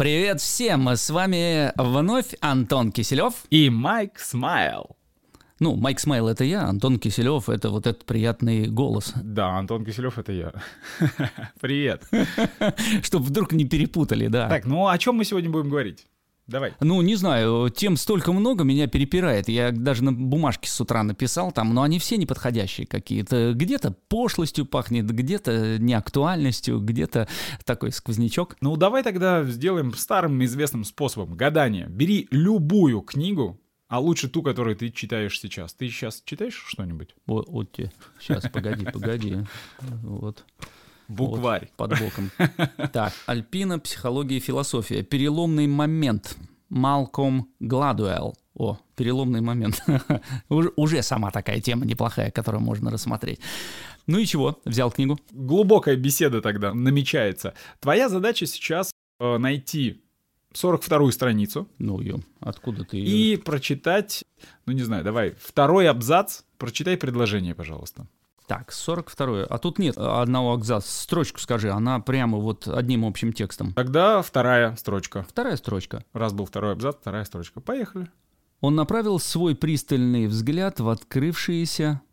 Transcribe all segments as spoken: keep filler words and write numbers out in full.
Привет всем! С вами вновь Антон Киселев и Майк Смайл. Ну, Майк Смайл — это я, Антон Киселев — это вот этот приятный голос. Да, Антон Киселев — это я. Привет. Чтоб вдруг не перепутали, да. Так, ну о чем мы сегодня будем говорить? Давай. Ну, не знаю, тем столько много, меня перепирает. Я даже на бумажке с утра написал там, но они все неподходящие какие-то. Где-то пошлостью пахнет, где-то неактуальностью, где-то такой сквознячок. Ну, давай тогда сделаем старым известным способом гадания. Бери любую книгу, а лучше ту, которую ты читаешь сейчас. Ты сейчас читаешь что-нибудь? Вот, вот тебе. Сейчас, погоди, погоди. Вот. Букварь. Вот, под боком. Так, Альпина, психология и философия. Переломный момент. Малком Гладуэлл. О, переломный момент. Уже сама такая тема неплохая, которую можно рассмотреть. Ну и чего? Взял книгу? Глубокая беседа тогда намечается. Твоя задача сейчас э, найти сорок вторую страницу. Ну, ё, откуда ты ее... И прочитать, ну не знаю, давай, второй абзац. Прочитай предложение, пожалуйста. Так, сорок второе. А тут нет одного абзаца. Строчку скажи, она прямо вот одним общим текстом. Тогда вторая строчка. Вторая строчка. Раз был второй абзац, вторая строчка. Поехали. Он направил свой пристальный взгляд в открывшиеся...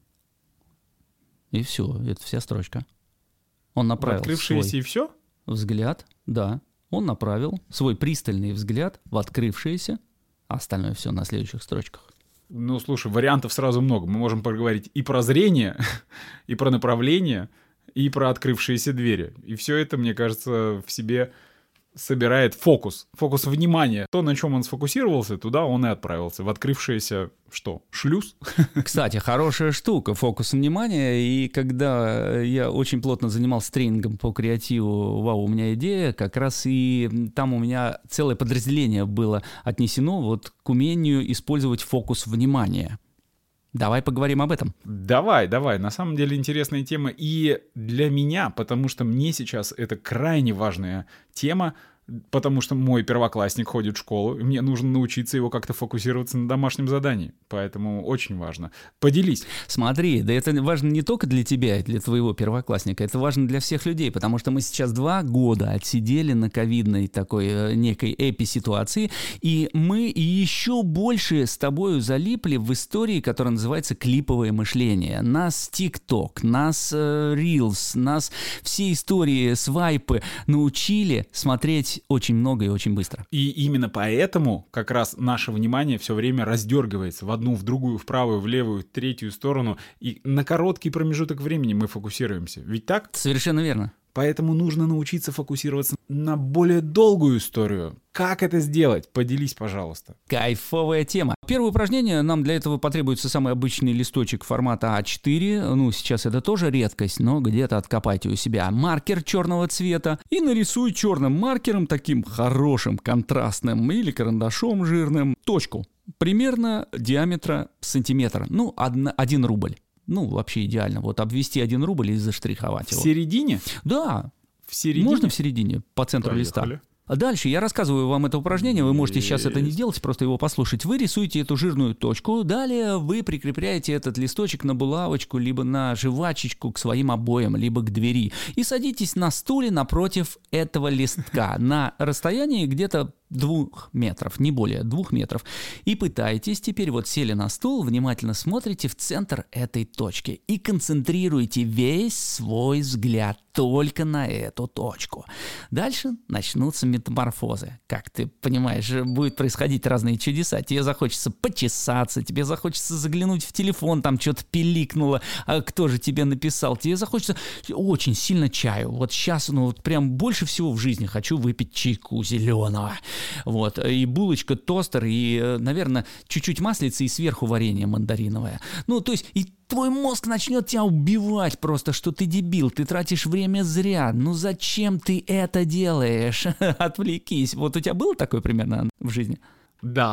И все, это вся строчка. Он направил в открывшиеся свой и все? взгляд, да. Он направил свой пристальный взгляд в открывшиеся, а остальное все на следующих строчках. Ну, слушай, вариантов сразу много. Мы можем поговорить и про зрение, и про направление, и про открывшиеся двери. И все это, мне кажется, в себе собирает фокус. Фокус внимания. То, на чем он сфокусировался, туда он и отправился. В открывшееся, что, шлюз? Кстати, хорошая штука, фокус внимания. И когда я очень плотно занимался тренингом по креативу, вау, у меня идея, как раз и там у меня целое подразделение было отнесено вот к умению использовать фокус внимания. Давай поговорим об этом. Давай, давай. На самом деле интересная тема и для меня, потому что мне сейчас это крайне важная тема, потому что мой первоклассник ходит в школу, и мне нужно научиться его как-то фокусироваться на домашнем задании. Поэтому очень важно. Поделись. Смотри, да это важно не только для тебя и для твоего первоклассника, это важно для всех людей, потому что мы сейчас два года отсидели на ковидной такой некой эпи-ситуации, и мы еще больше с тобою залипли в истории, которая называется клиповое мышление. Нас ТикТок, нас Reels, нас все истории, свайпы научили смотреть очень много и очень быстро. И именно поэтому как раз наше внимание все время раздергивается в одну, в другую, в правую, в левую, в третью сторону. И на короткий промежуток времени мы фокусируемся. Ведь так? Совершенно верно. Поэтому нужно научиться фокусироваться на более долгую историю. Как это сделать? Поделись, пожалуйста. Кайфовая тема. Первое упражнение. Нам для этого потребуется самый обычный листочек формата а четыре. Ну, сейчас это тоже редкость, но где-то откопайте у себя маркер черного цвета и нарисуй черным маркером, таким хорошим, контрастным или карандашом жирным, точку. Примерно диаметра сантиметра. Ну, одна, один рубль. Ну, вообще идеально. Вот обвести один рубль и заштриховать его. В середине? Да. В середине? Можно в середине, по центру Поехали. листа. А дальше я рассказываю вам это упражнение, вы можете сейчас это не делать, просто его послушать. Вы рисуете эту жирную точку, далее вы прикрепляете этот листочек на булавочку, либо на жвачечку к своим обоям, либо к двери, и садитесь на стуле напротив этого листка на расстоянии где-то двух метров, не более двух метров, и пытаетесь, теперь вот сели на стул, внимательно смотрите в центр этой точки и концентрируете весь свой взгляд только на эту точку. Дальше начнутся метаморфозы. Как ты понимаешь, будет происходить разные чудеса. Тебе захочется почесаться, тебе захочется заглянуть в телефон, там что-то пиликнуло, а кто же тебе написал. Тебе захочется очень сильно чаю. Вот сейчас, ну вот прям больше всего в жизни хочу выпить чайку зеленого. Вот, и булочка, тостер, и, наверное, чуть-чуть маслица и сверху варенье мандариновое. Ну, то есть, и твой мозг начнет тебя убивать просто, что ты дебил, ты тратишь время зря. Ну, зачем ты это делаешь? Отвлекись. Вот у тебя было такое примерно в жизни? Да,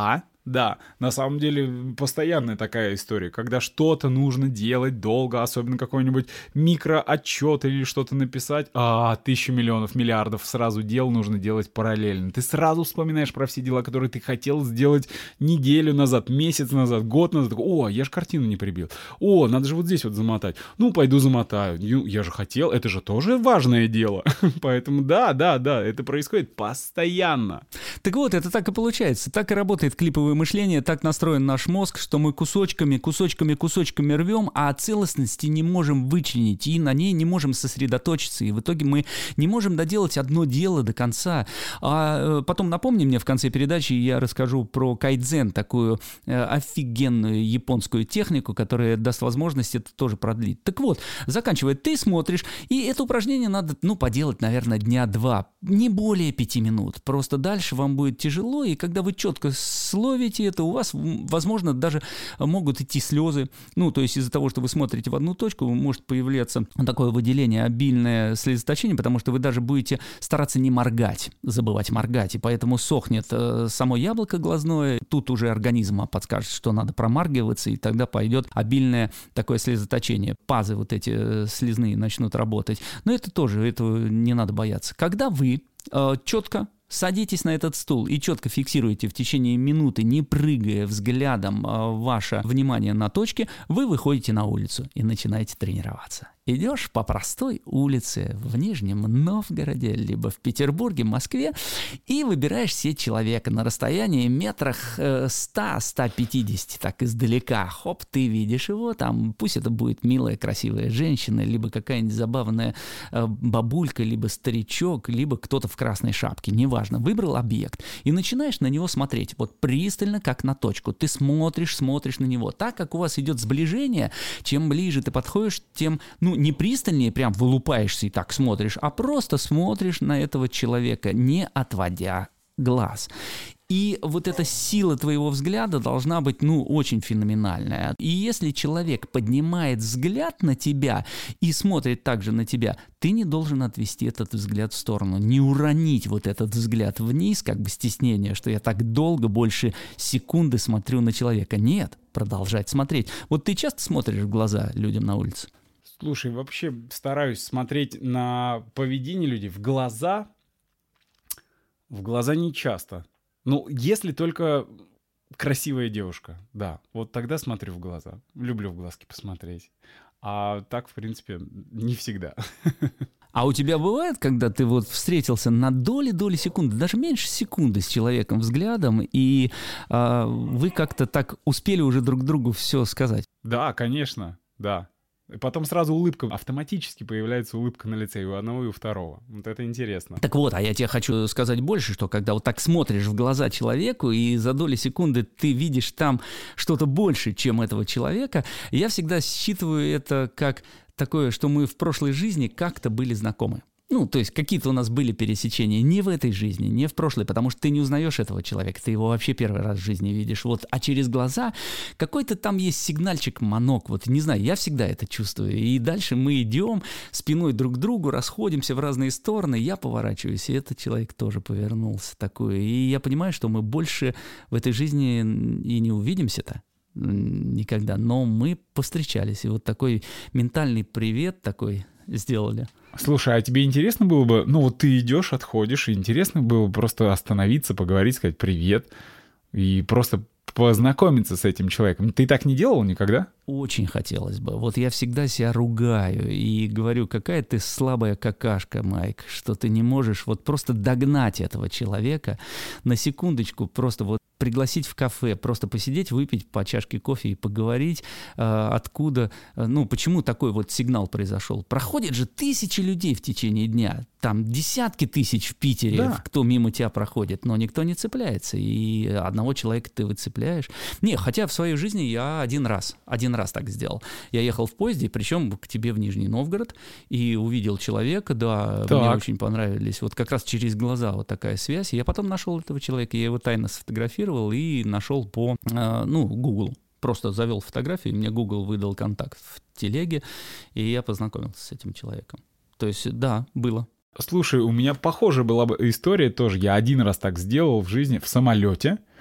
Да, на самом деле постоянная такая история, когда что-то нужно делать долго, особенно какой-нибудь микроотчет или что-то написать, а тысячу миллионов, миллиардов сразу дел нужно делать параллельно. Ты сразу вспоминаешь про все дела, которые ты хотел сделать неделю назад, месяц назад, год назад. О, я же картину не прибил. О, надо же вот здесь вот замотать. Ну, пойду замотаю. Я же хотел, это же тоже важное дело. Поэтому да, да, да, это происходит постоянно. Так вот, это так и получается. Так и работает клиповое мышление, так настроен наш мозг, что мы кусочками, кусочками, кусочками рвем, а целостности не можем вычленить, и на ней не можем сосредоточиться, и в итоге мы не можем доделать одно дело до конца. А потом напомни мне в конце передачи, я расскажу про кайдзен, такую офигенную японскую технику, которая даст возможность это тоже продлить. Так вот, заканчивая, ты смотришь, и это упражнение надо, ну, поделать, наверное, дня два, не более пяти минут. Просто дальше вам будет тяжело, и когда вы четко словите это, у вас, возможно, даже могут идти слезы. Ну, то есть из-за того, что вы смотрите в одну точку, может появляться такое выделение, обильное слезоточение, потому что вы даже будете стараться не моргать, забывать моргать, и поэтому сохнет само яблоко глазное. Тут уже организм подскажет, что надо промаргиваться, и тогда пойдет обильное такое слезоточение. Пазы вот эти слезные начнут работать. Но это тоже, этого не надо бояться. Когда вы э, четко садитесь на этот стул и четко фиксируете в течение минуты, не прыгая взглядом ваше внимание на точке, вы выходите на улицу и начинаете тренироваться. Идешь по простой улице в Нижнем Новгороде, либо в Петербурге, Москве, и выбираешь сеть человека на расстоянии метрах сто-сто пятьдесят, так издалека. Хоп, ты видишь его, там, пусть это будет милая, красивая женщина, либо какая-нибудь забавная бабулька, либо старичок, либо кто-то в красной шапке, неважно. Выбрал объект и начинаешь на него смотреть, вот пристально, как на точку. Ты смотришь, смотришь на него. Так как у вас идет сближение, чем ближе ты подходишь, тем, ну, не пристальнее прям вылупаешься и так смотришь, а просто смотришь на этого человека, не отводя глаз. И вот эта сила твоего взгляда должна быть, ну, очень феноменальная. И если человек поднимает взгляд на тебя и смотрит также на тебя, ты не должен отвести этот взгляд в сторону, не уронить вот этот взгляд вниз, как бы стеснение, что я так долго, больше секунды смотрю на человека. Нет, продолжать смотреть. Вот ты часто смотришь в глаза людям на улице? Слушай, вообще стараюсь смотреть на поведение людей в глаза. В глаза не часто. Ну, если только красивая девушка, да, вот тогда смотрю в глаза. Люблю в глазки посмотреть. А так, в принципе, не всегда. А у тебя бывает, когда ты вот встретился на доли-доли секунды, даже меньше секунды с человеком взглядом, и э, вы как-то так успели уже друг другу все сказать? Да, конечно, да. И потом сразу улыбка, автоматически появляется улыбка на лице и у одного, и у второго. Вот это интересно. Так вот, а я тебе хочу сказать больше, что когда вот так смотришь в глаза человеку, и за доли секунды ты видишь там что-то больше, чем этого человека, я всегда считываю это как такое, что мы в прошлой жизни как-то были знакомы. Ну, то есть какие-то у нас были пересечения не в этой жизни, не в прошлой, потому что ты не узнаешь этого человека, ты его вообще первый раз в жизни видишь. Вот, а через глаза какой-то там есть сигнальчик, манок, вот не знаю, я всегда это чувствую. И дальше мы идем спиной друг к другу, расходимся в разные стороны, я поворачиваюсь, и этот человек тоже повернулся такой. И я понимаю, что мы больше в этой жизни и не увидимся-то никогда, но мы повстречались, и вот такой ментальный привет такой сделали. Слушай, а тебе интересно было бы, ну вот ты идешь, отходишь, и интересно было бы просто остановиться, поговорить, сказать привет и просто познакомиться с этим человеком. Ты так не делал никогда? Очень хотелось бы. Вот я всегда себя ругаю и говорю, какая ты слабая какашка, Майк, что ты не можешь вот просто догнать этого человека на секундочку, просто вот пригласить в кафе, просто посидеть, выпить по чашке кофе и поговорить, э, откуда, э, ну, почему такой вот сигнал произошел. Проходят же тысячи людей в течение дня, там десятки тысяч в Питере, да. Кто мимо тебя проходит, но никто не цепляется, и одного человека ты выцепляешь. Не, хотя в своей жизни я один раз, один раз так сделал. Я ехал в поезде, причем к тебе в Нижний Новгород, и увидел человека, да, так. Мне очень понравились. Вот как раз через глаза вот такая связь. И я потом нашел этого человека, я его тайно сфотографировал и нашел по, э, ну, Google. Просто завел фотографию, и мне Google выдал контакт в телеге, и я познакомился с этим человеком. То есть, да, было. Слушай, у меня похожая была бы история тоже. Я один раз так сделал в жизни в самолете.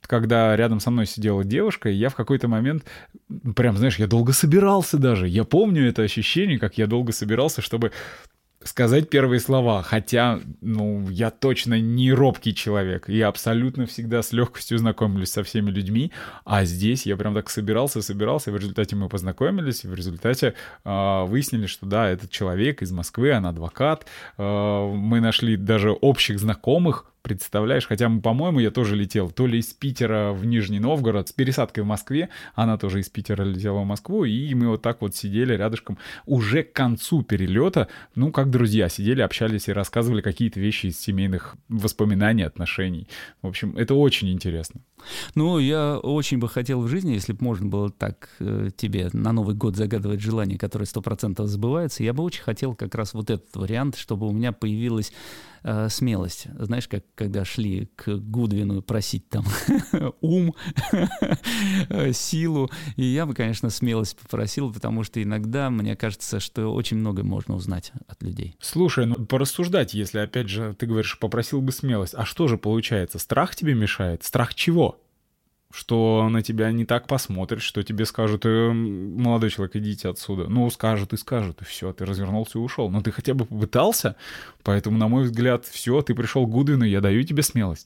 когда рядом со мной сидела девушка, и я в какой-то момент, прям, знаешь, я долго собирался даже. Я помню это ощущение, как я долго собирался, чтобы сказать первые слова, хотя, ну, я точно не робкий человек, я абсолютно всегда с легкостью знакомлюсь со всеми людьми, а здесь я прям так собирался, собирался, и в результате мы познакомились, и в результате э, выяснили, что да, этот человек из Москвы, он адвокат, э, мы нашли даже общих знакомых, представляешь, хотя, по-моему, я тоже летел то ли из Питера в Нижний Новгород с пересадкой в Москве, она тоже из Питера летела в Москву, и мы вот так вот сидели рядышком уже к концу перелета, ну, как друзья, сидели, общались и рассказывали какие-то вещи из семейных воспоминаний, отношений. В общем, это очень интересно. Ну, я очень бы хотел в жизни, если бы можно было так э, тебе на Новый год загадывать желание, которое сто процентов сбывается, я бы очень хотел как раз вот этот вариант, чтобы у меня появилась э, смелость. Знаешь, как когда шли к Гудвину просить там ум, силу, и я бы, конечно, смелость попросил, потому что иногда мне кажется, что очень многое можно узнать от людей. Слушай, ну порассуждать, если, опять же, ты говоришь, попросил бы смелость, а что же получается? Страх тебе мешает? Страх чего? Что на тебя не так посмотрят, что тебе скажут, э, молодой человек, идите отсюда. Ну, скажут и скажут, и все, ты развернулся и ушел. Но ты хотя бы попытался, поэтому, на мой взгляд, все, ты пришел к Гудвину, я даю тебе смелость.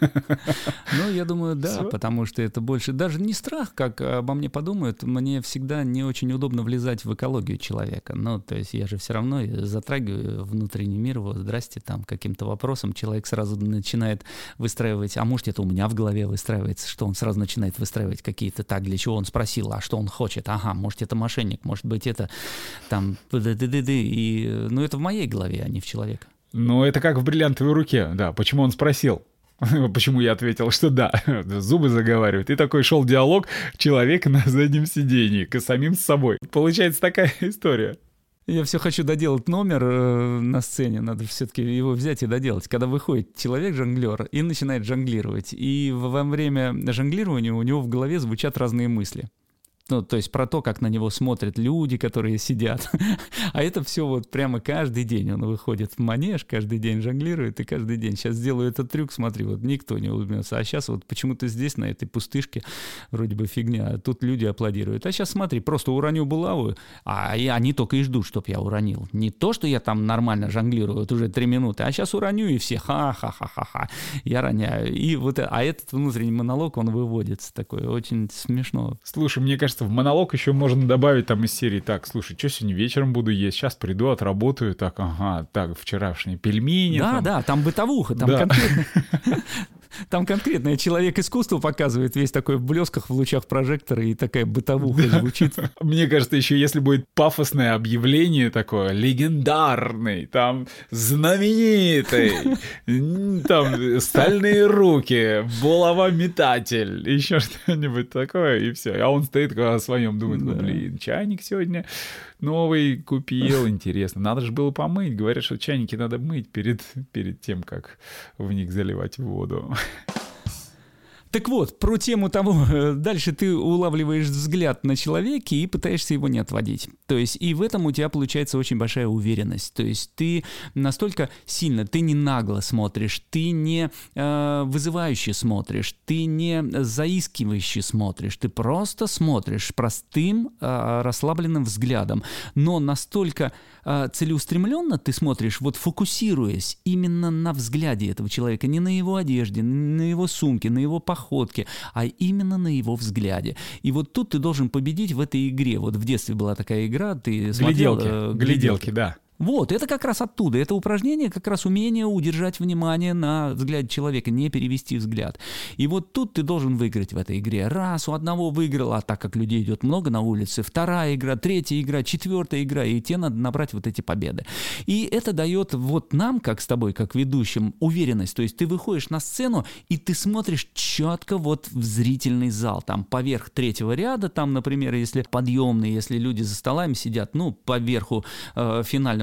Ну, я думаю, да, Всё? потому что это больше даже не страх, как обо мне подумают, мне всегда не очень удобно влезать в экологию человека. Ну, то есть я же все равно затрагиваю внутренний мир его, здрасте, там, каким-то вопросом, человек сразу начинает выстраивать, а может, это у меня в голове выстраивается, что он сразу начинает выстраивать какие-то так, для чего он спросил, а что он хочет, ага, может, это мошенник, может быть, это там, и, ну, это в моей голове, а не в человека. Ну, это как в бриллиантовой руке, да, почему он спросил? Почему я ответил, что да, зубы заговаривают. И такой шел диалог человека на заднем сидении, с самим с собой. Получается такая история. Я все хочу доделать номер э, на сцене, надо все-таки его взять и доделать. Когда выходит человек-жонглер и начинает жонглировать, и во время жонглирования у него в голове звучат разные мысли. Ну, то есть про то, как на него смотрят люди, которые сидят. А это все вот прямо каждый день. Он выходит в манеж, каждый день жонглирует, и каждый день. Сейчас сделаю этот трюк, смотри, вот никто не улыбнется. А сейчас вот почему-то здесь, на этой пустышке, вроде бы фигня, а тут люди аплодируют. А сейчас смотри, просто уроню булаву, а они только и ждут, чтоб я уронил. Не то, что я там нормально жонглирую, вот уже три минуты, а сейчас уроню, и все ха-ха-ха-ха-ха. Я роняю. И вот, а этот внутренний монолог, он выводится такой, очень смешно. Слушай, мне кажется, в монолог еще можно добавить там из серии: так, слушай, что сегодня вечером буду есть, сейчас приду, отработаю, так, ага, так, вчерашние пельмени. Да, там. да, там бытовуха, там да. конкретно... Там конкретно человек искусства показывает, весь такой в блесках, в лучах прожектора, и такая бытовуха да. звучит. Мне кажется, еще если будет пафосное объявление такое, легендарный, там, знаменитый, там, стальные руки, булава-метатель, еще что-нибудь такое, и все. А он стоит о своем, думает, да. блин, чайник сегодня новый купил, интересно. Надо же было помыть. Говорят, что чайники надо мыть перед, перед тем, как в них заливать воду. Так вот, про тему того, дальше ты улавливаешь взгляд на человека и пытаешься его не отводить. То есть и в этом у тебя получается очень большая уверенность. То есть ты настолько сильно, ты не нагло смотришь, ты не э, вызывающе смотришь, ты не заискивающе смотришь, ты просто смотришь простым э, расслабленным взглядом. Но настолько э, целеустремленно ты смотришь, вот фокусируясь именно на взгляде этого человека, не на его одежде, не на его сумке, на его походке, а именно на его взгляде. И вот тут ты должен победить в этой игре. Вот в детстве была такая игра, ты смотрел... Гляделки, э, гляделки, да. Вот, это как раз оттуда. Это упражнение, как раз умение удержать внимание на взгляде человека, не перевести взгляд. И вот тут ты должен выиграть в этой игре. Раз, у одного выиграл, а так как людей идет много на улице, вторая игра, третья игра, четвертая игра, и тебе надо набрать вот эти победы. И это дает вот нам, как с тобой, как ведущим, уверенность. То есть ты выходишь на сцену, и ты смотришь четко вот в зрительный зал. Там поверх третьего ряда, там, например, если подъемный, если люди за столами сидят, ну, поверху э, финального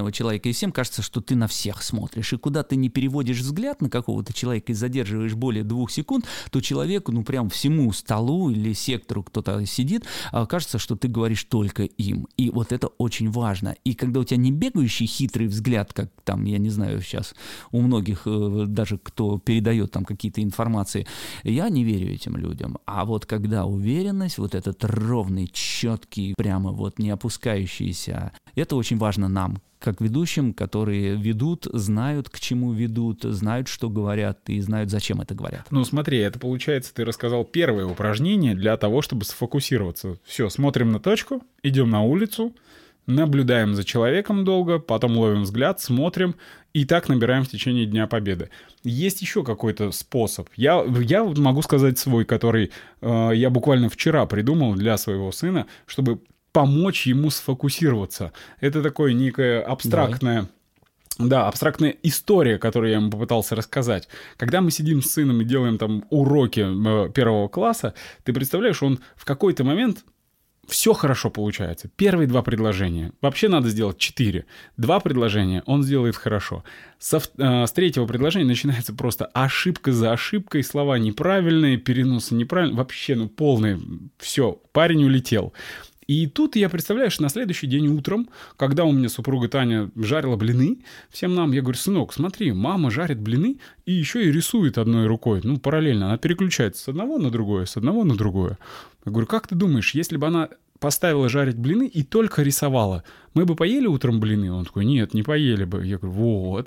нормального человека, и всем кажется, что ты на всех смотришь. И куда ты не переводишь взгляд на какого-то человека и задерживаешь более двух секунд, то человеку, ну прям всему столу или сектору кто-то сидит, кажется, что ты говоришь только им. И вот это очень важно. И когда у тебя не бегающий хитрый взгляд, как там, я не знаю, сейчас у многих, даже кто передает там какие-то информации, я не верю этим людям. А вот когда уверенность, вот этот ровный, четкий, прямо вот не опускающийся, это очень важно нам, как ведущим, которые ведут, знают, к чему ведут, знают, что говорят и знают, зачем это говорят. Ну смотри, это получается, ты рассказал первое упражнение для того, чтобы сфокусироваться. Все, смотрим на точку, идем на улицу, наблюдаем за человеком долго, потом ловим взгляд, смотрим, и так набираем в течение Дня Победы. Есть еще какой-то способ. Я, я могу сказать свой, который э, я буквально вчера придумал для своего сына, чтобы помочь ему сфокусироваться. Это такое некое абстрактное... Давай. Да, абстрактная история, которую я ему попытался рассказать. Когда мы сидим с сыном и делаем там уроки э, первого класса, ты представляешь, он в какой-то момент... Все хорошо получается. Первые два предложения. Вообще надо сделать четыре. Два предложения он сделает хорошо. Со, э, с третьего предложения начинается просто ошибка за ошибкой, слова неправильные, переносы неправильные. Вообще, ну, полные. Все, парень улетел. И тут я, представляешь, на следующий день утром, когда у меня супруга Таня жарила блины всем нам, я говорю: сынок, смотри, мама жарит блины и еще и рисует одной рукой. Ну, параллельно. Она переключается с одного на другое, с одного на другое. Я говорю: как ты думаешь, если бы она поставила жарить блины и только рисовала, мы бы поели утром блины? Он такой: нет, не поели бы. Я говорю: вот.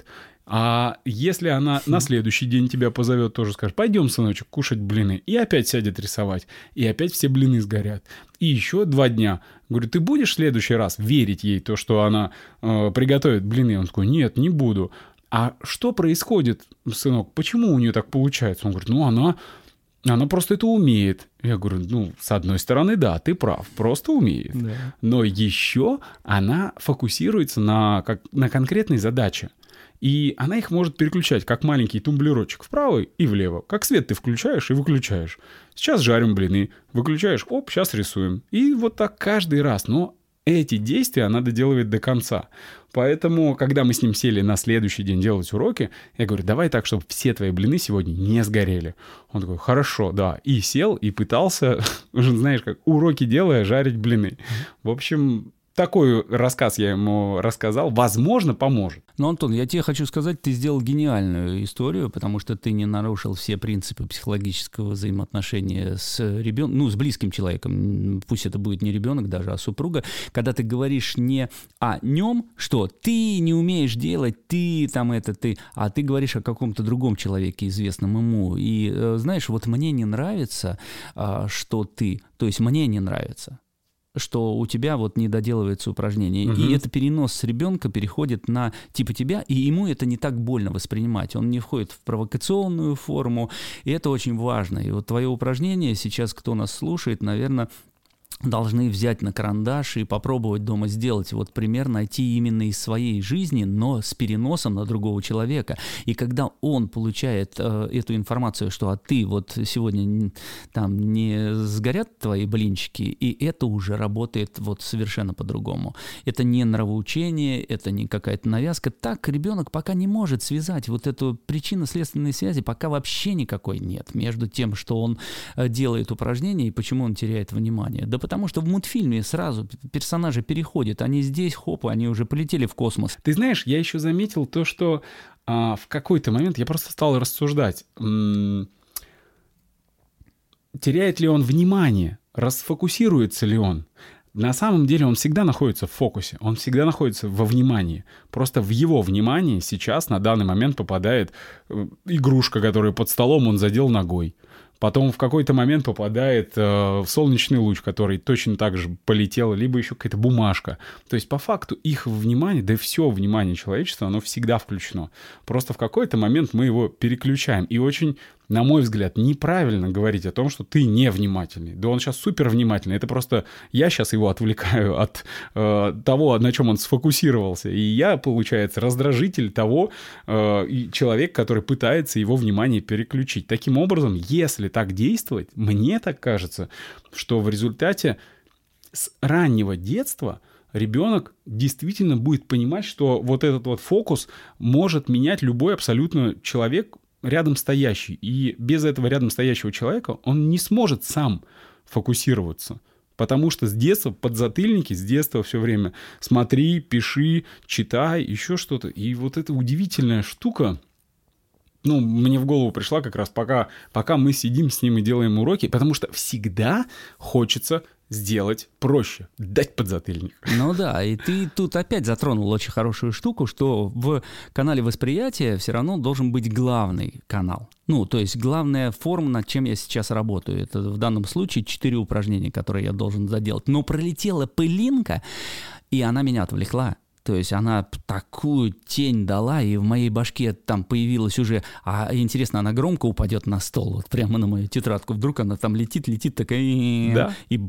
А если она на следующий день тебя позовет, тоже скажет: пойдем, сыночек, кушать блины. И опять сядет рисовать. И опять все блины сгорят. И еще два дня. Говорю: ты будешь в следующий раз верить ей, то, что она э, приготовит блины? Он такой: нет, не буду. А что происходит, сынок? Почему у нее так получается? Он говорит: ну, она... Она просто это умеет. Я говорю: ну, с одной стороны, да, ты прав, просто умеет. Да. Но еще она фокусируется на, как, на конкретной задаче. И она их может переключать, как маленький тумблерочек, вправо и влево. Как свет ты включаешь и выключаешь. Сейчас жарим блины, выключаешь, оп, сейчас рисуем. И вот так каждый раз. Но эти действия она доделывает до конца. Поэтому, когда мы с ним сели на следующий день делать уроки, я говорю: давай так, чтобы все твои блины сегодня не сгорели. Он такой: хорошо, да. И сел, и пытался, уже знаешь, как уроки делая, жарить блины. В общем... Такой рассказ я ему рассказал. Возможно, поможет. Но, Антон, я тебе хочу сказать, ты сделал гениальную историю, потому что ты не нарушил все принципы психологического взаимоотношения с ребенком, ну, с близким человеком. Пусть это будет не ребенок даже, а супруга. Когда ты говоришь не о нем, что ты не умеешь делать, ты там это, ты, а ты говоришь о каком-то другом человеке, известном ему. И, знаешь, вот мне не нравится, что ты, то есть мне не нравится, что у тебя вот не доделывается упражнение. Угу. И это перенос с ребенка переходит на типа тебя, и ему это не так больно воспринимать. Он не входит в провокационную форму, и это очень важно. И вот твое упражнение сейчас, кто нас слушает, наверное, должны взять на карандаш и попробовать дома сделать. Вот пример найти именно из своей жизни, но с переносом на другого человека. И когда он получает э, эту информацию, что а ты вот сегодня там не сгорят твои блинчики, и это уже работает вот совершенно по-другому. Это не нравоучение, это не какая-то навязка. Так ребенок пока не может связать вот эту причинно-следственной связи, пока вообще никакой нет между тем, что он делает упражнения и почему он теряет внимание. Да потому что в мультфильме сразу персонажи переходят, они здесь, хоп, они уже полетели в космос. Ты знаешь, я еще заметил то, что а, в какой-то момент я просто стал рассуждать, м- теряет ли он внимание, расфокусируется ли он. На самом деле он всегда находится в фокусе, он всегда находится во внимании. Просто в его внимании сейчас на данный момент попадает игрушка, которую под столом он задел ногой. Потом в какой-то момент попадает э, солнечный луч, который точно так же полетел, либо еще какая-то бумажка. То есть по факту их внимание, да и все внимание человечества, оно всегда включено. Просто в какой-то момент мы его переключаем. И очень, на мой взгляд, неправильно говорить о том, что ты невнимательный. Да он сейчас супер внимательный. Это просто я сейчас его отвлекаю от э, того, на чем он сфокусировался. И я, получается, раздражитель того э, человека, который пытается его внимание переключить. Таким образом, если так действовать, мне так кажется, что в результате с раннего детства ребенок действительно будет понимать, что вот этот вот фокус может менять любой абсолютно человек рядом стоящий. И без этого рядом стоящего человека он не сможет сам фокусироваться. Потому что с детства подзатыльники, с детства все время смотри, пиши, читай, еще что-то. И вот эта удивительная штука, ну, мне в голову пришла как раз пока, пока мы сидим с ним и делаем уроки, потому что всегда хочется сделать проще, дать подзатыльник. Ну да, и ты тут опять затронул очень хорошую штуку, что в канале восприятия все равно должен быть главный канал. Ну, то есть главная форма, над чем я сейчас работаю. Это в данном случае четыре упражнения, которые я должен заделать. Но пролетела пылинка, и она меня отвлекла. То есть она такую тень дала, и в моей башке там появилась уже... А интересно, она громко упадет на стол, вот прямо на мою тетрадку. Вдруг она там летит, летит, такая... Да? И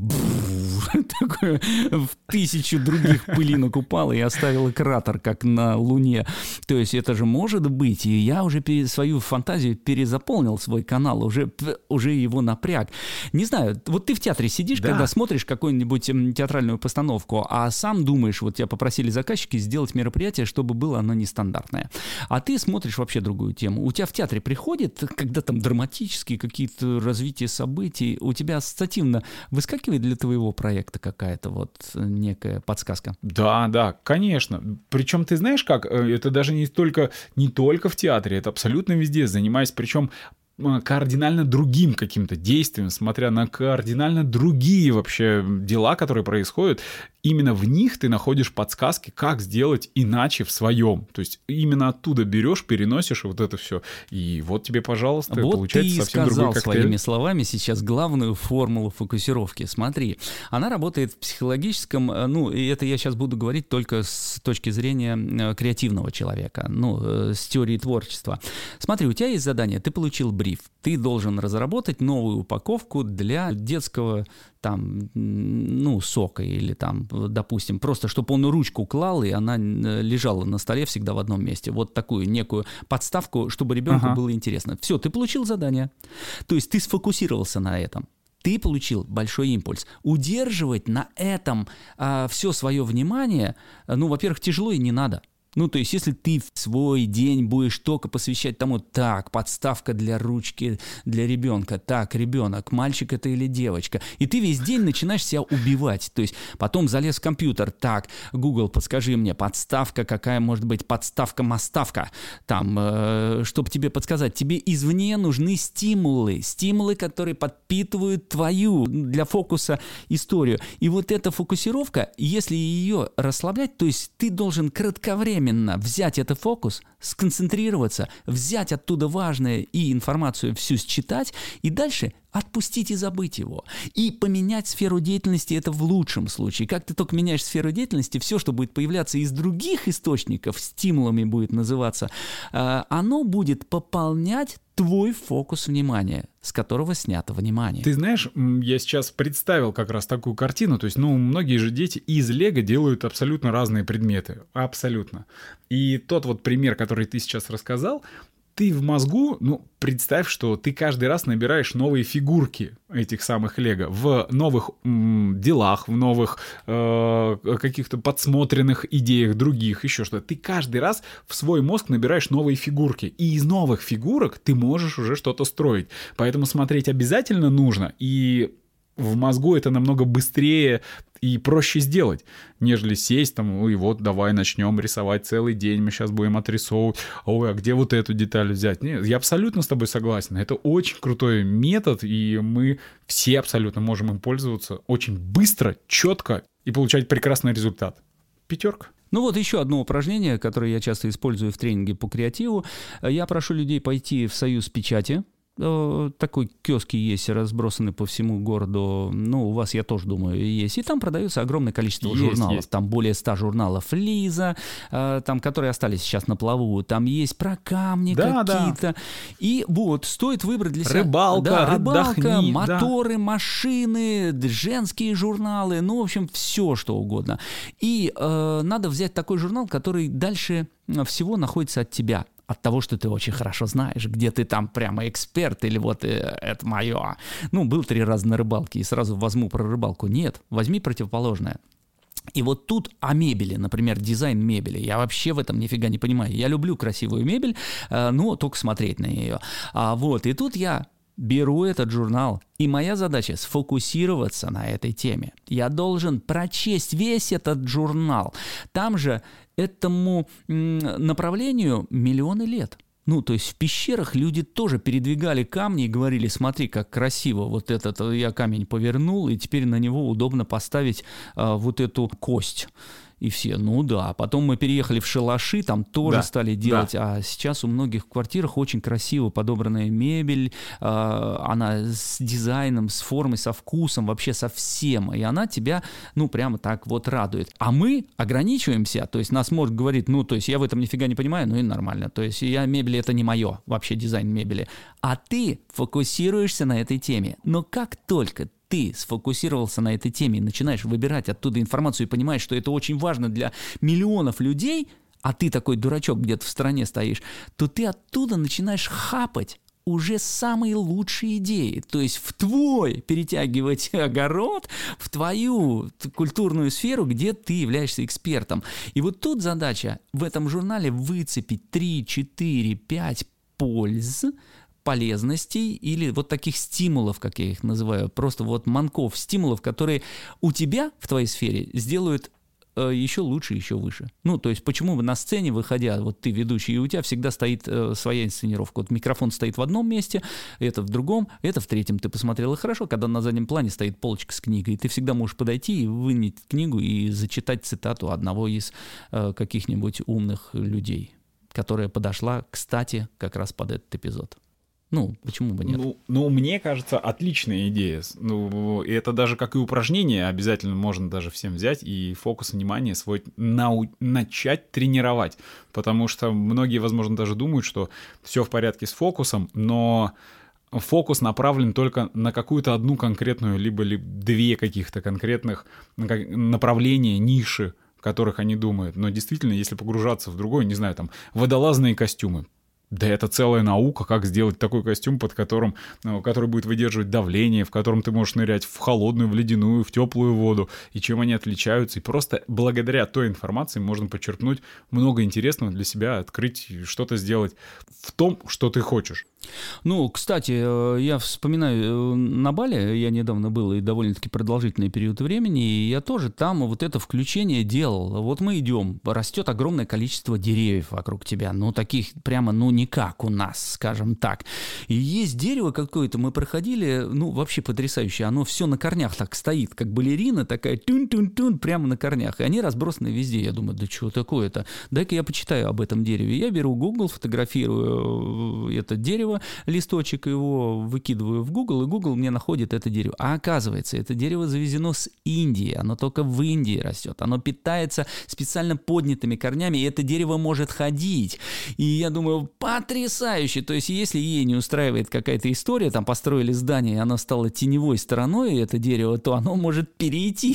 такое в тысячу других пылинок упала и оставила кратер, как на Луне. То есть это же может быть. И я уже свою фантазию перезаполнил, свой канал, уже, уже его напряг. Не знаю, вот ты в театре сидишь, да. когда смотришь какую-нибудь театральную постановку, а сам думаешь, вот тебя попросили заказчики сделать мероприятие, чтобы было оно нестандартное. А ты смотришь вообще другую тему. У тебя в театре приходит, когда там драматические какие-то развития событий, у тебя ассоциативно выскакивает для твоего проекта какая-то вот некая подсказка? Да, да, конечно. Причем ты знаешь как, это даже не только, не только в театре, это абсолютно везде, занимаясь, причем кардинально другим каким-то действием, смотря на кардинально другие вообще дела, которые происходят, именно в них ты находишь подсказки, как сделать иначе в своем. То есть именно оттуда берешь, переносишь вот это все. И вот тебе, пожалуйста, вот получается совсем другой коктейль. Вот ты сказал своими словами сейчас главную формулу фокусировки. Смотри, она работает в психологическом, ну, и это я сейчас буду говорить только с точки зрения креативного человека, ну, с теории творчества. Смотри, у тебя есть задание, ты получил бриф, ты должен разработать новую упаковку для детского там, ну, сока или там, допустим, просто чтобы он ручку клал, и она лежала на столе всегда в одном месте. Вот такую некую подставку, чтобы ребенку ага. было интересно. Все, ты получил задание. То есть ты сфокусировался на этом. Ты получил большой импульс. Удерживать на этом а, все свое внимание, ну, во-первых, тяжело и не надо. Ну, то есть, если ты в свой день будешь только посвящать тому, так, подставка для ручки для ребенка, так, ребенок, мальчик это или девочка, и ты весь день начинаешь себя убивать, то есть, потом залез в компьютер, так, Google, подскажи мне, подставка, какая может быть подставка-моставка, там, э, чтобы тебе подсказать, тебе извне нужны стимулы, стимулы, которые подпитывают твою для фокуса историю, и вот эта фокусировка, если ее расслаблять, то есть, ты должен кратковременно взять этот фокус, сконцентрироваться, взять оттуда важное и информацию всю считать, и дальше отпустить и забыть его. И поменять сферу деятельности — это в лучшем случае. Как ты только меняешь сферу деятельности, все, что будет появляться из других источников, стимулами будет называться, оно будет пополнять твой фокус внимания, с которого снято внимание. Ты знаешь, я сейчас представил как раз такую картину, то есть, ну, многие же дети из Лего делают абсолютно разные предметы, абсолютно. И тот вот пример, который ты сейчас рассказал, ты в мозгу, ну, представь, что ты каждый раз набираешь новые фигурки этих самых Лего в новых м, делах, в новых э, каких-то подсмотренных идеях других, еще что-то. Ты каждый раз в свой мозг набираешь новые фигурки, и из новых фигурок ты можешь уже что-то строить. Поэтому смотреть обязательно нужно, и в мозгу это намного быстрее и проще сделать, нежели сесть там, и вот давай начнем рисовать целый день, мы сейчас будем отрисовывать, ой, а где вот эту деталь взять? Нет, я абсолютно с тобой согласен, это очень крутой метод, и мы все абсолютно можем им пользоваться очень быстро, четко и получать прекрасный результат. Пятерка. Ну вот еще одно упражнение, которое я часто использую в тренинге по креативу. Я прошу людей пойти в Союз печати. Такой киоски есть, разбросаны по всему городу. Ну, у вас, я тоже думаю, есть. И там продается огромное количество есть, журналов. Есть. Там более ста журналов Лиза, там, которые остались сейчас на плаву. Там есть про камни да, какие-то. Да. И вот, стоит выбрать для себя... Рыбалка, да, рыбалка, отдохни, моторы, да. машины, женские журналы. Ну, в общем, все, что угодно. И э, надо взять такой журнал, который дальше всего находится от тебя. От того, что ты очень хорошо знаешь, где ты там прямо эксперт, или вот э, это мое. Ну, был три раза на рыбалке, и сразу возьму про рыбалку. Нет, возьми противоположное. И вот тут о мебели, например, дизайн мебели. Я вообще в этом нифига не понимаю. Я люблю красивую мебель, но только смотреть на нее. А вот, и тут я беру этот журнал, и моя задача сфокусироваться на этой теме. Я должен прочесть весь этот журнал. Там же этому направлению миллионы лет. Ну, то есть в пещерах люди тоже передвигали камни и говорили: смотри, как красиво, вот этот я камень повернул, и теперь на него удобно поставить а, вот эту кость. И все, ну да. Потом мы переехали в шалаши, там тоже да, стали делать. Да. А сейчас у многих в квартирах очень красиво подобранная мебель. Э, она с дизайном, с формой, со вкусом, вообще со всем. И она тебя, ну, прямо так вот радует. А мы ограничиваемся. То есть нас мозг говорит: ну, то есть я в этом нифига не понимаю, ну и нормально. То есть я мебель — это не мое, вообще дизайн мебели. А ты фокусируешься на этой теме. Но как только ты сфокусировался на этой теме и начинаешь выбирать оттуда информацию и понимаешь, что это очень важно для миллионов людей, а ты такой дурачок где-то в стороне стоишь, то ты оттуда начинаешь хапать уже самые лучшие идеи. То есть в твой перетягивать огород, в твою культурную сферу, где ты являешься экспертом. И вот тут задача в этом журнале выцепить три, четыре, пять польз, полезностей или вот таких стимулов, как я их называю, просто вот манков, стимулов, которые у тебя в твоей сфере сделают э, еще лучше, еще выше. Ну, то есть почему бы на сцене, выходя, вот ты ведущий, и у тебя всегда стоит э, своя инсценировка. Вот микрофон стоит в одном месте, это в другом, это в третьем. Ты посмотрел, и хорошо, когда на заднем плане стоит полочка с книгой, и ты всегда можешь подойти и вынять книгу и зачитать цитату одного из э, каких-нибудь умных людей, которая подошла, кстати, как раз под этот эпизод. Ну, почему бы нет? Ну, ну, мне кажется, отличная идея. Ну, и это даже как и упражнение обязательно можно даже всем взять и фокус внимания свой нау- начать тренировать. Потому что многие, возможно, даже думают, что все в порядке с фокусом, но фокус направлен только на какую-то одну конкретную, либо, либо две каких-то конкретных направления, ниши, в которых они думают. Но действительно, если погружаться в другой, не знаю, там, водолазные костюмы. Да это целая наука, как сделать такой костюм, под которым, ну, который будет выдерживать давление, в котором ты можешь нырять в холодную, в ледяную, в теплую воду, и чем они отличаются. И просто благодаря той информации можно почерпнуть много интересного для себя, открыть, что-то сделать в том, что ты хочешь. Ну, кстати, я вспоминаю, на Бали я недавно был, и довольно-таки продолжительный период времени, и я тоже там вот это включение делал. Вот мы идем, растет огромное количество деревьев вокруг тебя, ну, таких прямо, ну, не как у нас, скажем так. И есть дерево какое-то, мы проходили, ну, вообще потрясающее, оно все на корнях так стоит, как балерина такая, тун-тун-тун, прямо на корнях, и они разбросаны везде. Я думаю, да что такое-то? Дай-ка я почитаю об этом дереве. Я беру Google, фотографирую это дерево, листочек его выкидываю в Google, и Google мне находит это дерево. А оказывается, это дерево завезено с Индии, оно только в Индии растет, оно питается специально поднятыми корнями, и это дерево может ходить. И я думаю, потрясающе! То есть, если ей не устраивает какая-то история, там построили здание, и оно стало теневой стороной, это дерево, то оно может перейти.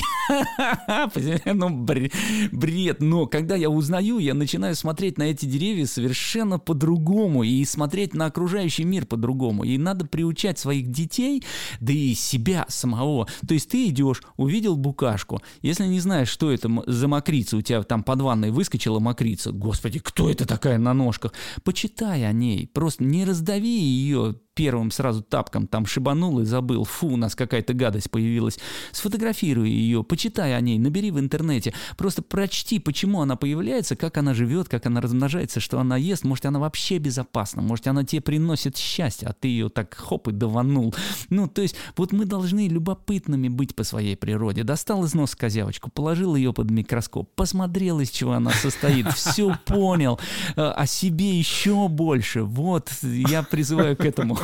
Ну, бред. Но когда я узнаю, я начинаю смотреть на эти деревья совершенно по-другому и смотреть на окружающий мир по-другому. И надо приучать своих детей, да и себя самого. То есть ты идешь, увидел букашку, если не знаешь, что это за мокрица, у тебя там под ванной выскочила мокрица, господи, кто это такая на ножках? Почитай о ней, просто не раздави ее первым сразу тапком, там шибанул и забыл, фу, у нас какая-то гадость появилась. Сфотографируй ее, почитай о ней, набери в интернете, просто прочти, почему она появляется, как она живет, как она размножается, что она ест, может, она вообще безопасна, может, она тебе приносит счастье, а ты ее так хоп и даванул. Ну, то есть, вот мы должны любопытными быть по своей природе. Достал из носа козявочку, положил ее под микроскоп, посмотрел, из чего она состоит, все понял, о себе еще больше. Вот, я призываю к этому.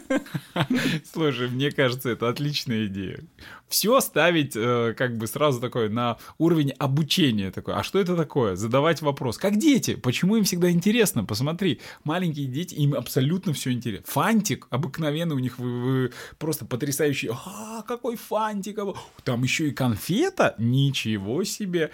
Слушай, мне кажется, это отличная идея. Все ставить э, как бы сразу такое на уровень обучения. Такой. А что это такое? Задавать вопрос. Как дети? Почему им всегда интересно? Посмотри, маленькие дети, им абсолютно все интересно. Фантик обыкновенный у них вы, вы, просто потрясающий. А, какой фантик! Там еще и конфета? Ничего себе!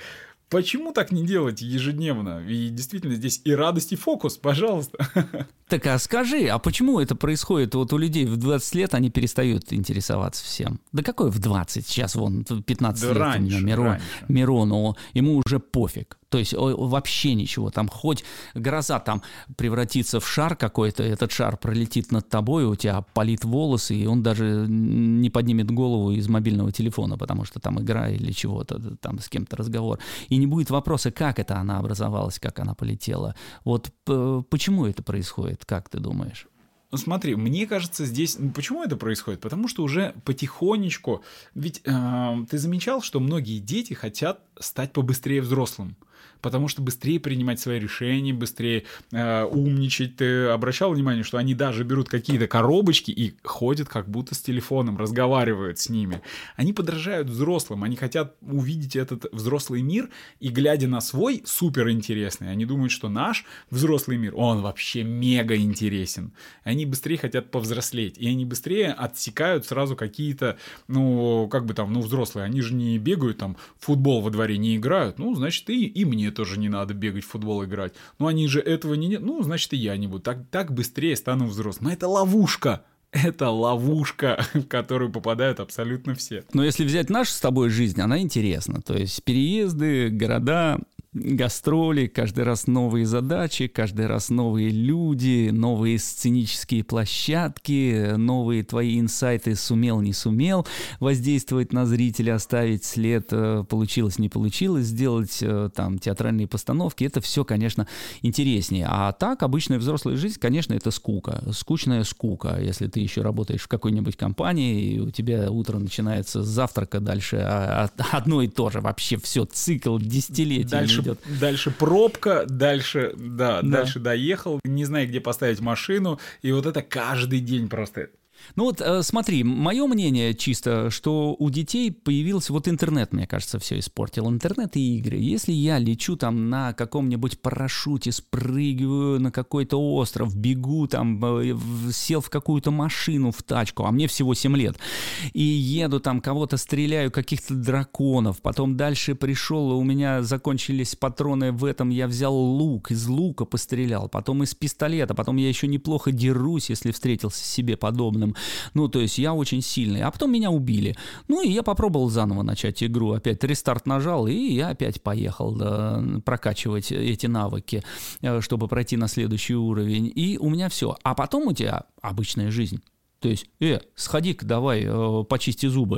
Почему так не делать ежедневно? И действительно здесь и радость, и фокус, пожалуйста. Так а скажи, а почему это происходит? Вот у людей в двадцать лет они перестают интересоваться всем. Да какой в двадцать? Сейчас вон пятнадцать да лет раньше, у меня Мирон, раньше. Мирону, ему уже пофиг. То есть вообще ничего. Там хоть гроза там превратится в шар какой-то, этот шар пролетит над тобой, у тебя опалит волосы, и он даже не поднимет голову из мобильного телефона, потому что там игра или чего-то, там с кем-то разговор. И не будет вопроса, как это она образовалась, как она полетела. Вот почему это происходит, как ты думаешь? Ну смотри, мне кажется, здесь... Почему это происходит? Потому что уже потихонечку... Ведь э, ты замечал, что многие дети хотят стать побыстрее взрослым, потому что быстрее принимать свои решения, быстрее э, умничать. Ты обращал внимание, что они даже берут какие-то коробочки и ходят как будто с телефоном, разговаривают с ними. Они подражают взрослым, они хотят увидеть этот взрослый мир, и глядя на свой суперинтересный, они думают, что наш взрослый мир, он вообще мега интересен. Они быстрее хотят повзрослеть, и они быстрее отсекают сразу какие-то, ну, как бы там, ну, взрослые, они же не бегают там, в футбол во дворе не играют, ну, значит, и, и мне тоже не надо бегать в футбол играть. Ну, они же этого не... Ну, значит, и я не буду. Так, так быстрее стану взрослым. Это ловушка. Это ловушка, в которую попадают абсолютно все. Но если взять нашу с тобой жизнь, она интересна. То есть переезды, города, гастроли, каждый раз новые задачи, каждый раз новые люди, новые сценические площадки, новые твои инсайты сумел, не сумел воздействовать на зрителя, оставить след, получилось, не получилось, сделать там театральные постановки. Это все, конечно, интереснее. А так, обычная взрослая жизнь, конечно, это скука. Скучная скука. Если ты еще работаешь в какой-нибудь компании, и у тебя утро начинается с завтрака, дальше одно и то же. Вообще все, цикл десятилетий. Дальше, идет. Дальше пробка, дальше, да, да, дальше доехал, не знаю, где поставить машину, и вот это каждый день просто... Ну вот смотри, мое мнение чисто, что у детей появился вот интернет, мне кажется, все испортил. Интернет и игры. Если я лечу там на каком-нибудь парашюте, спрыгиваю на какой-то остров, бегу там, сел в какую-то машину, в тачку, а мне всего семь лет, и еду там, кого-то стреляю, каких-то драконов, потом дальше пришел, у меня закончились патроны в этом, я взял лук, из лука пострелял, потом из пистолета, потом я еще неплохо дерусь, если встретился с себе подобным. Ну, то есть я очень сильный. А потом меня убили. Ну, и я попробовал заново начать игру. Опять рестарт нажал, и я опять поехал да, прокачивать эти навыки, чтобы пройти на следующий уровень. И у меня все. А потом у тебя обычная жизнь. То есть, э, сходи-ка давай, э, почисти зубы.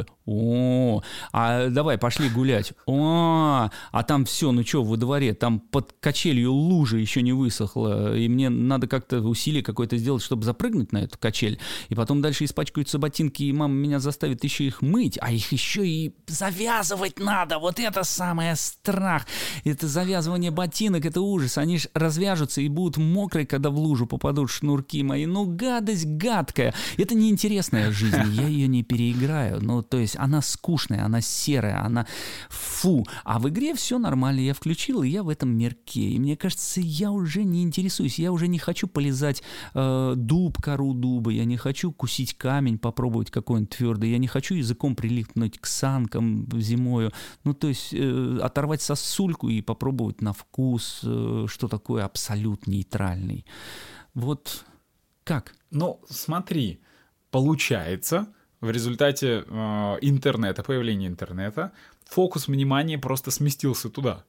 О, а давай, пошли гулять. О, а там все, ну что, во дворе, там под качелью лужа еще не высохла, и мне надо как-то усилие какое-то сделать, чтобы запрыгнуть на эту качель, и потом дальше испачкаются ботинки, и мама меня заставит еще их мыть, а их еще и завязывать надо. Вот это самое страх. Это завязывание ботинок, это ужас. Они же развяжутся и будут мокрые, когда в лужу попадут шнурки мои. Ну, гадость гадкая. Это неинтересная жизнь, я ее не переиграю. Ну, то есть она скучная, она серая, она фу. А в игре все нормально, я включил, и я в этом мирке. И мне кажется, я уже не интересуюсь, я уже не хочу полезать э, дуб, кору дуба, я не хочу кусить камень, попробовать какой-нибудь твердый, я не хочу языком прилипнуть к санкам зимою. Ну, то есть э, оторвать сосульку и попробовать на вкус, э, что такое абсолют нейтральный. Вот как? Ну, смотри, получается, в результате э, интернета, появления интернета, фокус внимания просто сместился туда.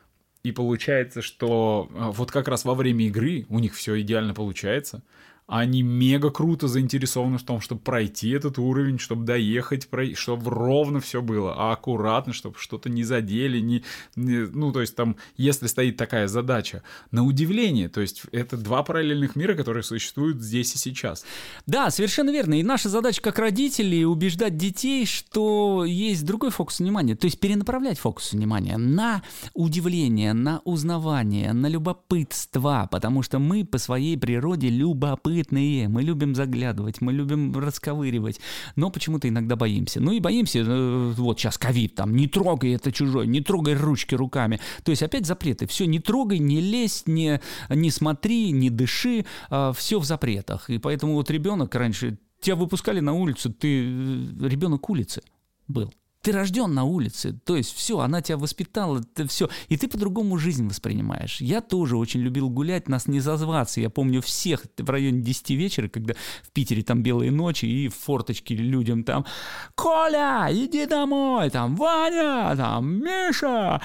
И получается, что э, вот как раз во время игры у них все идеально получается. Они мега круто заинтересованы в том, чтобы пройти этот уровень, чтобы доехать, про... чтобы ровно все было, а аккуратно, чтобы что-то не задели, не... не... ну, то есть там, если стоит такая задача, на удивление, то есть это два параллельных мира, которые существуют здесь и сейчас. Да, совершенно верно, и наша задача как родителей убеждать детей, что есть другой фокус внимания, то есть перенаправлять фокус внимания на удивление, на узнавание, на любопытство, потому что мы по своей природе любопытны. Мы любим заглядывать, мы любим расковыривать, но почему-то иногда боимся. Ну и боимся, вот сейчас ковид, там, не трогай это чужое, не трогай ручки руками. То есть опять запреты. Все, не трогай, не лезь, не, не смотри, не дыши, все в запретах. И поэтому вот ребенок раньше, тебя выпускали на улицу, ты ребенок улицы был. Ты рожден на улице, то есть все, она тебя воспитала, это все, и ты по-другому жизнь воспринимаешь. Я тоже очень любил гулять, нас не зазваться. Я помню всех в районе десяти вечера, когда в Питере там белые ночи, и в форточке людям там: «Коля, иди домой!» Там: «Ваня!» Там: «Миша!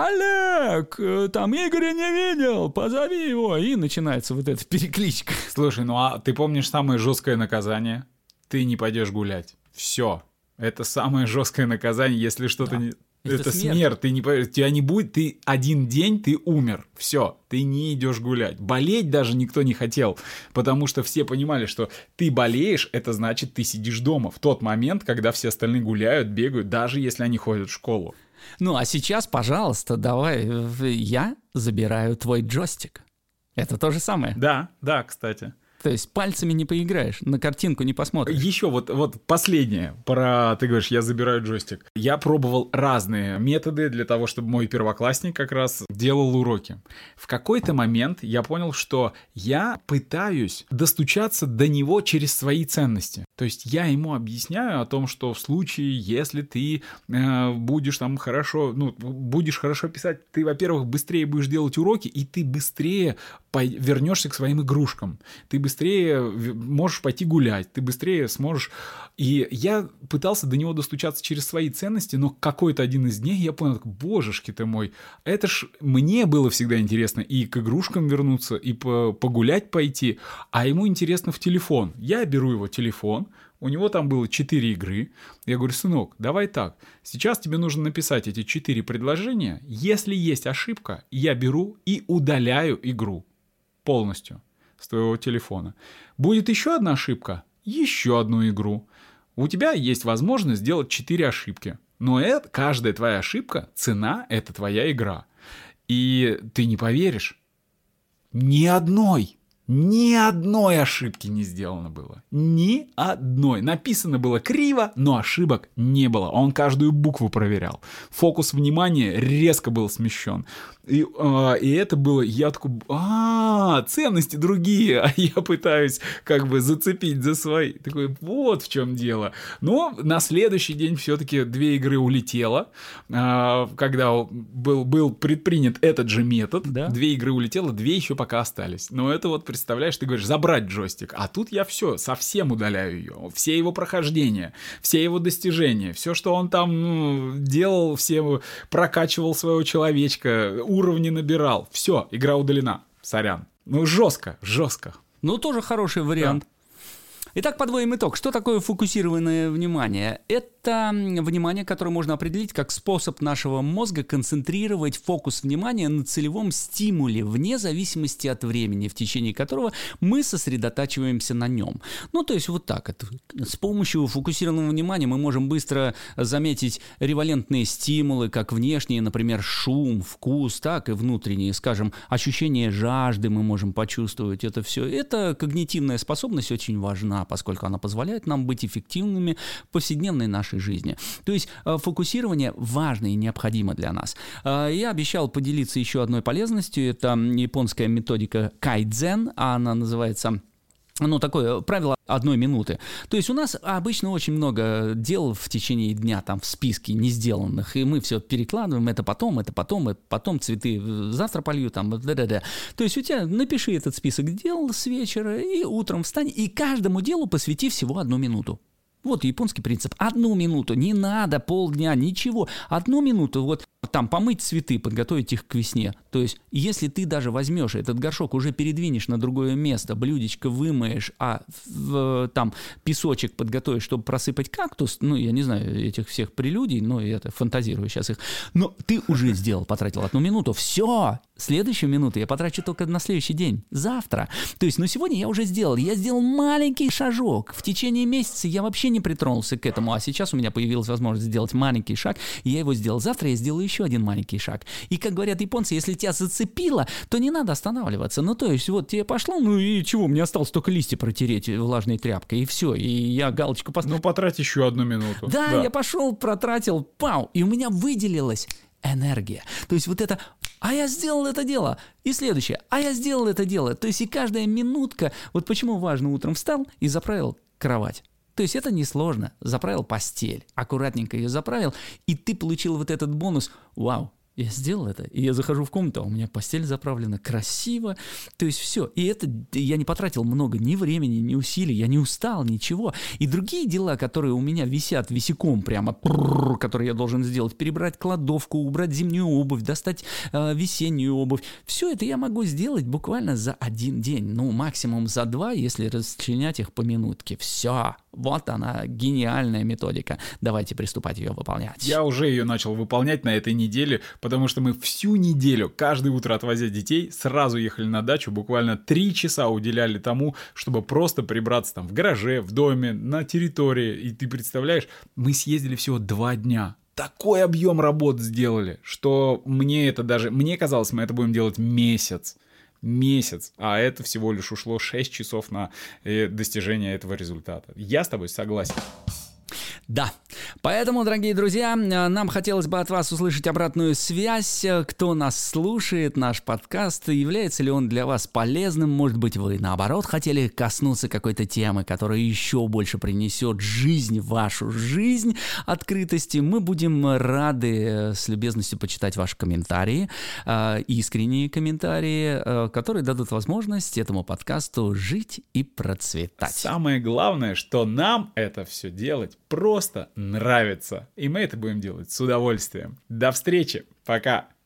Олег! Там Игоря не видел, позови его!» И начинается вот эта перекличка. Слушай, ну а ты помнишь самое жесткое наказание? Ты не пойдешь гулять. Все. Это самое жесткое наказание, если что-то Да. не... Это Это смерть. смерть. Ты не пойдешь. Тебя не будет. Ты один день, ты умер. Все. Ты не идешь гулять. Болеть даже никто не хотел. Потому что все понимали, что ты болеешь, это значит, ты сидишь дома. В тот момент, когда все остальные гуляют, бегают, даже если они ходят в школу. Ну, а сейчас, пожалуйста, давай, э, я забираю твой джойстик. Это то же самое. Да, да, кстати. То есть пальцами не поиграешь, на картинку не посмотришь. Еще вот, вот последнее про, ты говоришь, я забираю джойстик. Я пробовал разные методы для того, чтобы мой первоклассник как раз делал уроки. В какой-то момент я понял, что я пытаюсь достучаться до него через свои ценности. То есть я ему объясняю о том, что в случае, если ты э, будешь там хорошо, ну, будешь хорошо писать, ты, во-первых, быстрее будешь делать уроки, и ты быстрее пой- вернешься к своим игрушкам. Ты быстрее можешь пойти гулять, ты быстрее сможешь... И я пытался до него достучаться через свои ценности, но какой-то один из дней я понял, божешки ты мой, это ж мне было всегда интересно и к игрушкам вернуться, и по- погулять пойти, а ему интересно в телефон. Я беру его телефон, у него там было четыре игры. Я говорю: сынок, давай так, сейчас тебе нужно написать эти четыре предложения, если есть ошибка, я беру и удаляю игру полностью с твоего телефона. Будет еще одна ошибка, еще одну игру. У тебя есть возможность сделать четыре ошибки. Но это, каждая твоя ошибка, цена — это твоя игра. И ты не поверишь, ни одной, ни одной ошибки не сделано было. Ни одной. Написано было криво, но ошибок не было. Он каждую букву проверял. Фокус внимания резко был смещен. И, э, и это было... Я такой... А, ценности другие. А я пытаюсь как бы зацепить за свои. Такой, вот в чем дело. Но на следующий день все-таки две игры улетело. Э, когда был, был предпринят этот же метод. Да. Две игры улетело, две еще пока остались. Но это вот, представляешь, ты говоришь, забрать джойстик. А тут я все, совсем удаляю ее. Все его прохождения, все его достижения, все, что он там ну, делал, все прокачивал своего человечка, уровни набирал. Все, игра удалена. Сорян. Ну, жестко, жестко. Ну, тоже хороший вариант. Да. Итак, подводим итог. Что такое фокусированное внимание? Это внимание, которое можно определить как способ нашего мозга концентрировать фокус внимания на целевом стимуле, вне зависимости от времени, в течение которого мы сосредотачиваемся на нем. Ну, то есть вот так. Это, с помощью фокусированного внимания мы можем быстро заметить ревалентные стимулы, как внешние, например, шум, вкус, так и внутренние, скажем, ощущение жажды мы можем почувствовать. Это все. Эта когнитивная способность очень важна, поскольку она позволяет нам быть эффективными в повседневной нашей жизни. То есть фокусирование важно и необходимо для нас. Я обещал поделиться еще одной полезностью. Это японская методика кайдзен, она называется... Ну, такое правило одной минуты. То есть у нас обычно очень много дел в течение дня там в списке не сделанных, и мы все перекладываем, это потом, это потом, это потом, цветы завтра полью, там, да-да-да. То есть у тебя напиши этот список дел с вечера, и утром встань, и каждому делу посвяти всего одну минуту. Вот японский принцип. Одну минуту. Не надо полдня, ничего. Одну минуту. Вот там помыть цветы, подготовить их к весне. То есть, если ты даже возьмешь этот горшок, уже передвинешь на другое место, блюдечко вымоешь, а в, там песочек подготовишь, чтобы просыпать кактус, ну, я не знаю этих всех прелюдий, но я это фантазирую сейчас их, но ты уже сделал, потратил одну минуту. Все. Следующую минуту я потрачу только на следующий день. Завтра. То есть, ну, сегодня я уже сделал. Я сделал маленький шажок. В течение месяца я вообще не притронулся к этому, а сейчас у меня появилась возможность сделать маленький шаг, и я его сделал. Завтра я сделаю еще один маленький шаг. И, как говорят японцы, если тебя зацепило, то не надо останавливаться. Ну, то есть, вот тебе пошло, ну и чего, мне осталось только листья протереть влажной тряпкой, и все, и я галочку поставил. Ну, потрать еще одну минуту. Да, да, я пошел, протратил, пау, и у меня выделилась энергия. То есть, вот это... А я сделал это дело. И следующее. А я сделал это дело. То есть, и каждая минутка... Вот почему важно утром встал и заправил кровать. То есть это несложно. Заправил постель, аккуратненько ее заправил, и ты получил вот этот бонус. Вау, я сделал это, и я захожу в комнату, а у меня постель заправлена красиво. То есть все. И это я не потратил много ни времени, ни усилий, я не устал, ничего. И другие дела, которые у меня висят висяком прямо, которые я должен сделать, перебрать кладовку, убрать зимнюю обувь, достать э, весеннюю обувь, все это я могу сделать буквально за один день. Ну, максимум за два, если расчленять их по минутке. Все. Вот она, гениальная методика. Давайте приступать ее выполнять. Я уже ее начал выполнять на этой неделе, потому что мы всю неделю, каждое утро отвозя детей, сразу ехали на дачу, буквально три часа уделяли тому, чтобы просто прибраться там в гараже, в доме, на территории. И ты представляешь, мы съездили всего два дня. Такой объем работ сделали, что мне это даже... Мне казалось, мы это будем делать месяц. Месяц, а это всего лишь ушло шесть часов на достижение этого результата. Я с тобой согласен. Да, поэтому, дорогие друзья, нам хотелось бы от вас услышать обратную связь, кто нас слушает, наш подкаст, является ли он для вас полезным, может быть, вы, наоборот, хотели коснуться какой-то темы, которая еще больше принесет жизнь в вашу жизнь, открытости. Мы будем рады с любезностью почитать ваши комментарии, искренние комментарии, которые дадут возможность этому подкасту жить и процветать. Самое главное, что нам это все делать просто нравится. И мы это будем делать с удовольствием. До встречи. Пока.